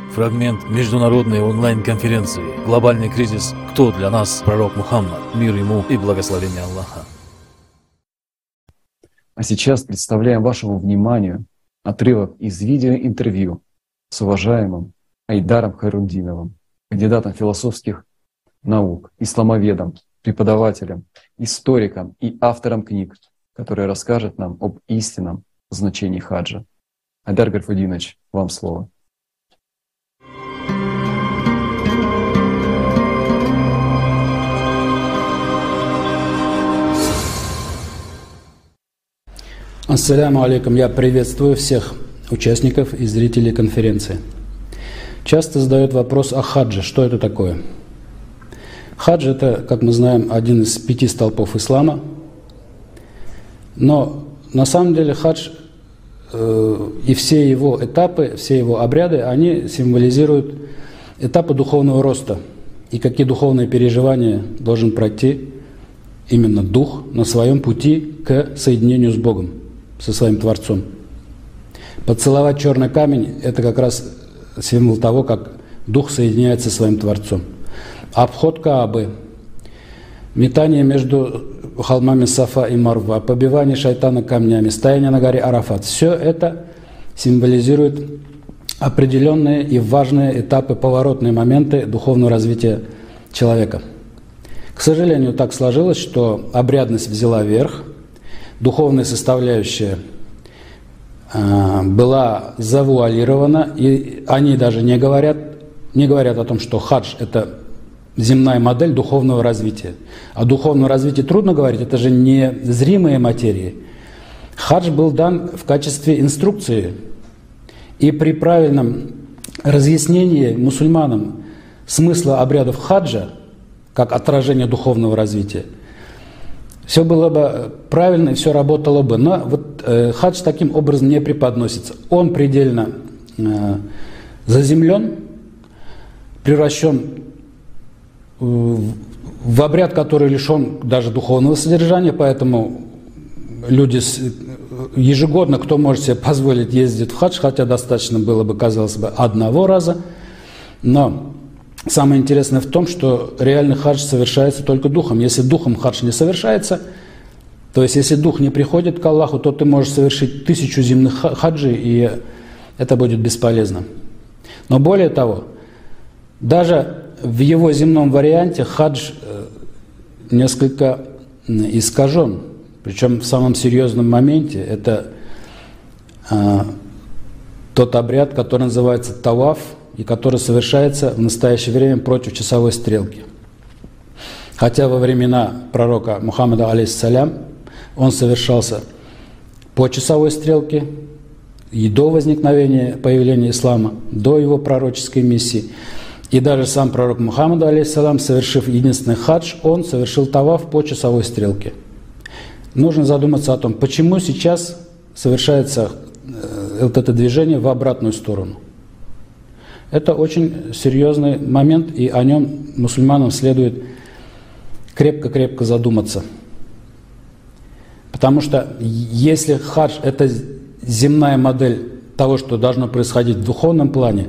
Фрагмент международной онлайн-конференции «Глобальный кризис. Кто для нас пророк Мухаммад? Мир ему и благословение Аллаха». А сейчас представляем вашему вниманию отрывок из видеоинтервью с уважаемым Айдаром Хайрутдиновым, кандидатом философских наук, исламоведом, преподавателем, историком и автором книг, который расскажет нам об истинном значении хаджа. Айдар Гарфудинович, вам слово. Ассаляму алейкум. Я приветствую всех участников и зрителей конференции. Часто задают вопрос о хадже. Что это такое? Хадж – это, как мы знаем, один из 5 столпов ислама. Но на самом деле хадж и все его этапы, все его обряды, они символизируют этапы духовного роста. И какие духовные переживания должен пройти именно дух на своем пути к соединению с Богом, со своим Творцом. Поцеловать черный камень – это как раз символ того, как дух соединяется со своим Творцом. Обход Каабы, метание между холмами Сафа и Марва, побивание шайтана камнями, стояние на горе Арафат – все это символизирует определенные и важные этапы, поворотные моменты духовного развития человека. К сожалению, так сложилось, что обрядность взяла верх, духовная составляющая была завуалирована, и они даже не говорят о том, что хадж – это земная модель духовного развития. О духовном развитии трудно говорить, это же не зримые материи. Хадж был дан в качестве инструкции, и при правильном разъяснении мусульманам смысла обрядов хаджа, как отражение духовного развития, все было бы правильно и все работало бы. Но вот хадж таким образом не преподносится. Он предельно заземлен, превращен в обряд, который лишен даже духовного содержания, поэтому люди ежегодно, кто может себе позволить, ездить в хадж, хотя достаточно было бы, казалось бы, одного раза. Но самое интересное в том, что реальный хадж совершается только духом. Если духом хадж не совершается, то есть если дух не приходит к Аллаху, то ты можешь совершить 1000 земных хаджей, и это будет бесполезно. Но более того, даже в его земном варианте хадж несколько искажен. Причем в самом серьезном моменте это тот обряд, который называется таваф, и который совершается в настоящее время против часовой стрелки. Хотя во времена пророка Мухаммада, алейхиссалям, он совершался по часовой стрелке и до возникновения, появления ислама, до его пророческой миссии. И даже сам пророк Мухаммад, алейхиссалям, совершив единственный хадж, он совершил таваф по часовой стрелке. Нужно задуматься о том, почему сейчас совершается вот это движение в обратную сторону. Это очень серьезный момент, и о нем мусульманам следует крепко-крепко задуматься. Потому что если хадж – это земная модель того, что должно происходить в духовном плане,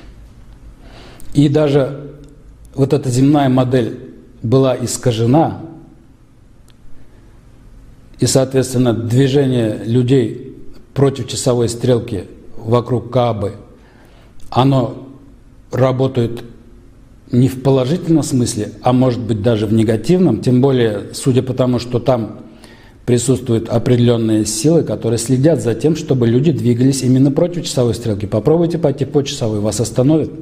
и даже вот эта земная модель была искажена, и, соответственно, движение людей против часовой стрелки вокруг Каабы, оно работает не в положительном смысле, а может быть даже в негативном, тем более, судя по тому, что там присутствуют определенные силы, которые следят за тем, чтобы люди двигались именно против часовой стрелки. Попробуйте пойти по часовой, вас остановят.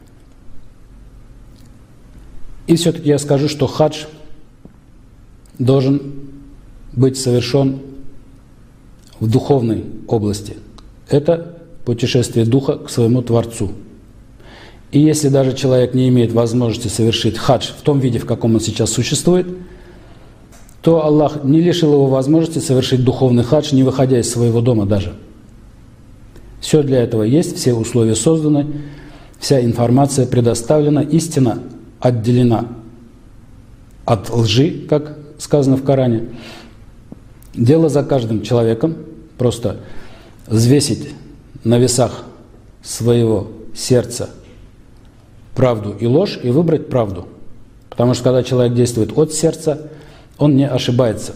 И все-таки я скажу, что хадж должен быть совершен в духовной области. Это путешествие духа к своему Творцу. И если даже человек не имеет возможности совершить хадж в том виде, в каком он сейчас существует, то Аллах не лишил его возможности совершить духовный хадж, не выходя из своего дома даже. Все для этого есть, все условия созданы, вся информация предоставлена, истина отделена от лжи, как сказано в Коране. Дело за каждым человеком, просто взвесить на весах своего сердца правду и ложь и выбрать правду. Потому что когда человек действует от сердца, он не ошибается.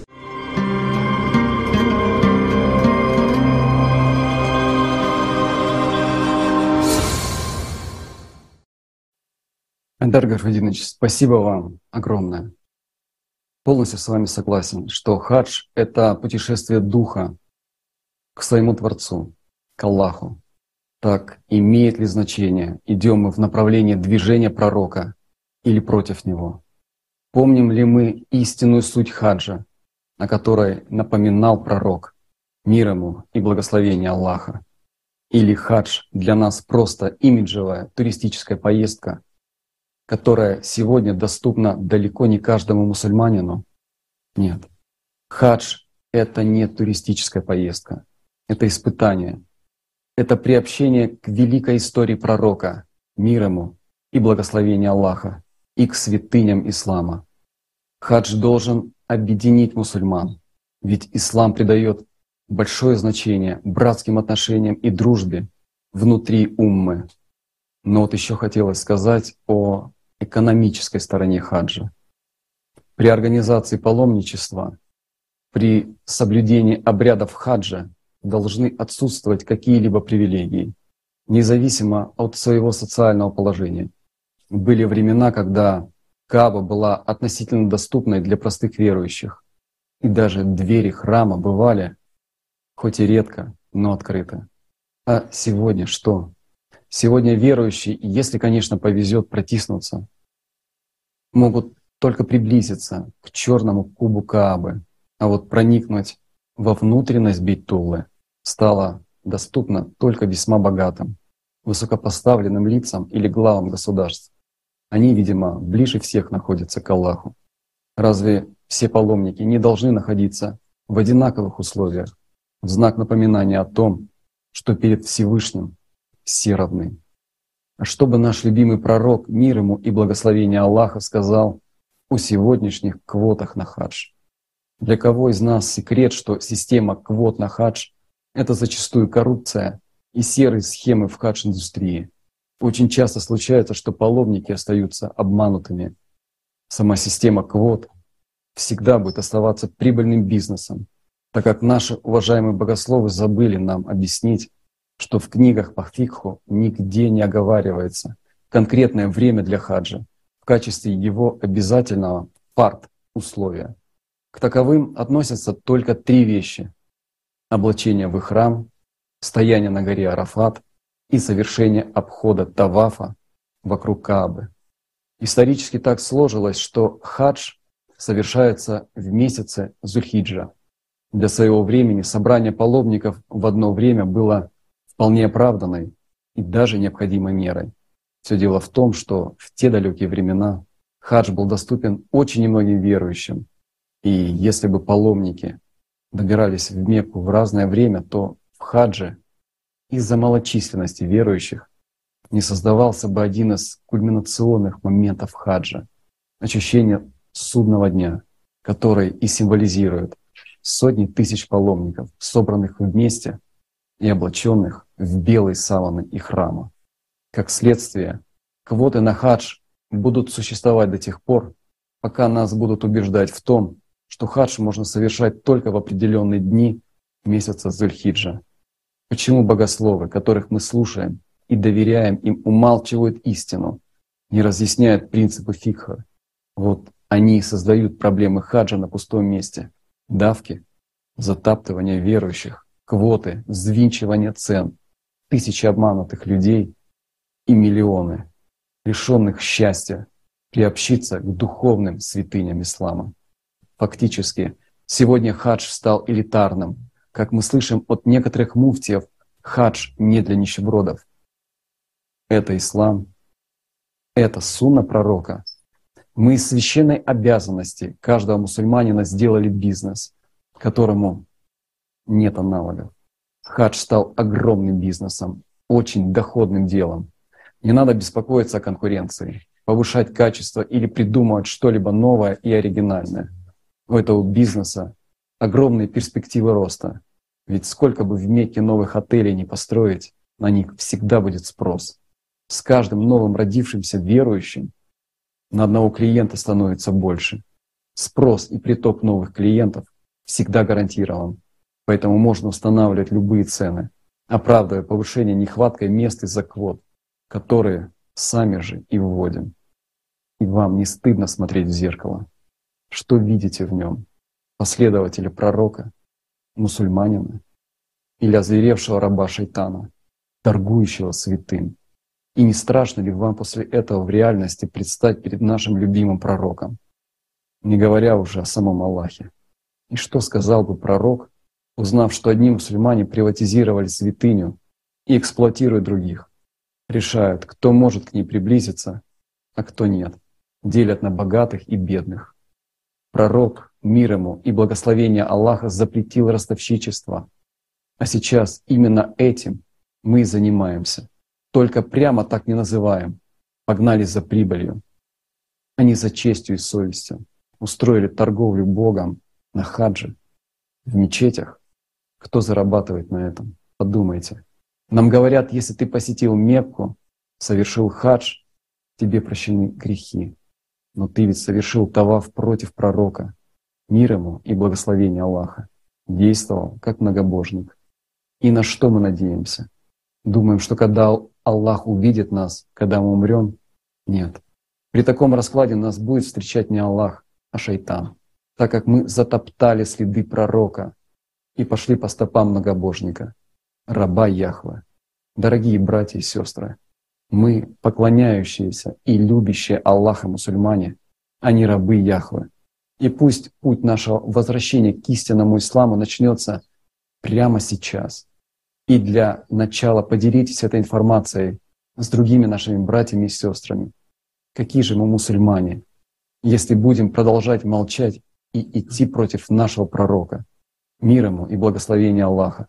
Айдар Гарфудинович, спасибо вам огромное. Полностью с вами согласен, что хадж — это путешествие духа к своему Творцу, к Аллаху. Так имеет ли значение, идем мы в направлении движения пророка или против него? Помним ли мы истинную суть хаджа, о которой напоминал пророк, мир ему и благословение Аллаха? Или хадж для нас просто имиджевая туристическая поездка, которая сегодня доступна далеко не каждому мусульманину? Нет. Хадж — это не туристическая поездка. Это испытание. Это приобщение к великой истории пророка, мир ему и благословение Аллаха, и к святыням ислама. Хадж должен объединить мусульман, ведь ислам придает большое значение братским отношениям и дружбе внутри уммы. Но вот еще хотелось сказать о экономической стороне хаджа. При организации паломничества, при соблюдении обрядов хаджа должны отсутствовать какие-либо привилегии, независимо от своего социального положения. Были времена, когда Кааба была относительно доступной для простых верующих, и даже двери храма бывали, хоть и редко, но открыты. А сегодня что? Сегодня верующие, если, конечно, повезет протиснуться, могут только приблизиться к черному кубу Каабы, а вот проникнуть во внутренность Бейт-Уллы стало доступно только весьма богатым, высокопоставленным лицам или главам государств. Они, видимо, ближе всех находятся к Аллаху. Разве все паломники не должны находиться в одинаковых условиях, в знак напоминания о том, что перед Всевышним все равны? А что бы наш любимый пророк, мир ему и благословение Аллаха, сказал о сегодняшних квотах на хадж? Для кого из нас секрет, что система квот на хадж — это зачастую коррупция и серые схемы в хадж-индустрии? Очень часто случается, что паломники остаются обманутыми. Сама система квот всегда будет оставаться прибыльным бизнесом, так как наши уважаемые богословы забыли нам объяснить, что в книгах по фикху нигде не оговаривается конкретное время для хаджа в качестве его обязательного условия. К таковым относятся только 3 вещи: облачение в ихрам, стояние на горе Арафат и совершение обхода тавафа вокруг Каабы. Исторически так сложилось, что хадж совершается в месяце Зульхиджа. Для своего времени собрание паломников в одно время было вполне оправданной и даже необходимой мерой. Все дело в том, что в те далекие времена хадж был доступен очень немногим верующим. И если бы паломники добирались в Мекку в разное время, то в хадже из-за малочисленности верующих не создавался бы один из кульминационных моментов хаджа — очищение судного дня, который и символизирует сотни тысяч паломников, собранных вместе и облаченных в белые саваны и храма. Как следствие, квоты на хадж будут существовать до тех пор, пока нас будут убеждать в том, что хадж можно совершать только в определенные дни месяца Зульхиджа. Почему богословы, которых мы слушаем и доверяем им, умалчивают истину, не разъясняют принципы фикха? Вот они создают проблемы хаджа на пустом месте: давки, затаптывание верующих, квоты, взвинчивание цен, тысячи обманутых людей и миллионы, лишенных счастья приобщиться к духовным святыням ислама. Фактически, сегодня хадж стал элитарным. Как мы слышим от некоторых муфтиев, хадж не для нищебродов. Это ислам, это сунна пророка. Мы из священной обязанности каждого мусульманина сделали бизнес, которому нет аналогов. Хадж стал огромным бизнесом, очень доходным делом. Не надо беспокоиться о конкуренции, повышать качество или придумывать что-либо новое и оригинальное. У этого бизнеса огромные перспективы роста. Ведь сколько бы в Мекке новых отелей не построить, на них всегда будет спрос. С каждым новым родившимся верующим на одного клиента становится больше. Спрос и приток новых клиентов всегда гарантирован. Поэтому можно устанавливать любые цены, оправдывая повышение нехваткой мест из-за квот, которые сами же и вводим. И вам не стыдно смотреть в зеркало. Что видите в нем? Последователя пророка, мусульманина или озверевшего раба шайтана, торгующего святым? И не страшно ли вам после этого в реальности предстать перед нашим любимым пророком, не говоря уже о самом Аллахе? И что сказал бы пророк, узнав, что одни мусульмане приватизировали святыню и эксплуатируют других, решают, кто может к ней приблизиться, а кто нет, делят на богатых и бедных? Пророк, мир ему и благословение Аллаха, запретил ростовщичество. А сейчас именно этим мы и занимаемся. Только прямо так не называем. Погнались за прибылью. Они за честью и совестью устроили торговлю Богом на хадже, в мечетях. Кто зарабатывает на этом? Подумайте. Нам говорят, если ты посетил Мекку, совершил хадж, тебе прощены грехи. Но ты ведь совершил таваф против пророка, мир ему и благословение Аллаха, действовал как многобожник. И на что мы надеемся? Думаем, что когда Аллах увидит нас, когда мы умрем? Нет. При таком раскладе нас будет встречать не Аллах, а шайтан, так как мы затоптали следы пророка и пошли по стопам многобожника, раба Яхве. Дорогие братья и сестры, мы, поклоняющиеся и любящие Аллаха мусульмане, а не рабы Яхве. И пусть путь нашего возвращения к истинному исламу начнется прямо сейчас. И для начала поделитесь этой информацией с другими нашими братьями и сестрами. Какие же мы мусульмане, если будем продолжать молчать и идти против нашего пророка, мир ему и благословение Аллаха?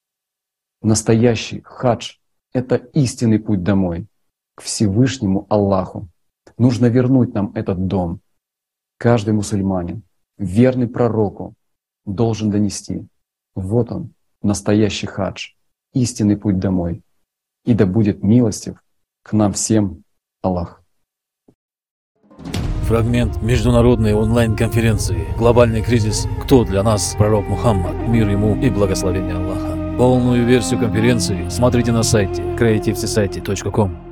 Настоящий хадж — это истинный путь домой, к Всевышнему Аллаху. Нужно вернуть нам этот дом. Каждый мусульманин, верный пророку, должен донести: вот он, настоящий хадж, истинный путь домой. И да будет милостив к нам всем Аллах. Фрагмент международной онлайн-конференции «Глобальный кризис. Кто для нас пророк Мухаммад? Мир ему и благословение Аллаха». Полную версию конференции смотрите на сайте creativesociety.com.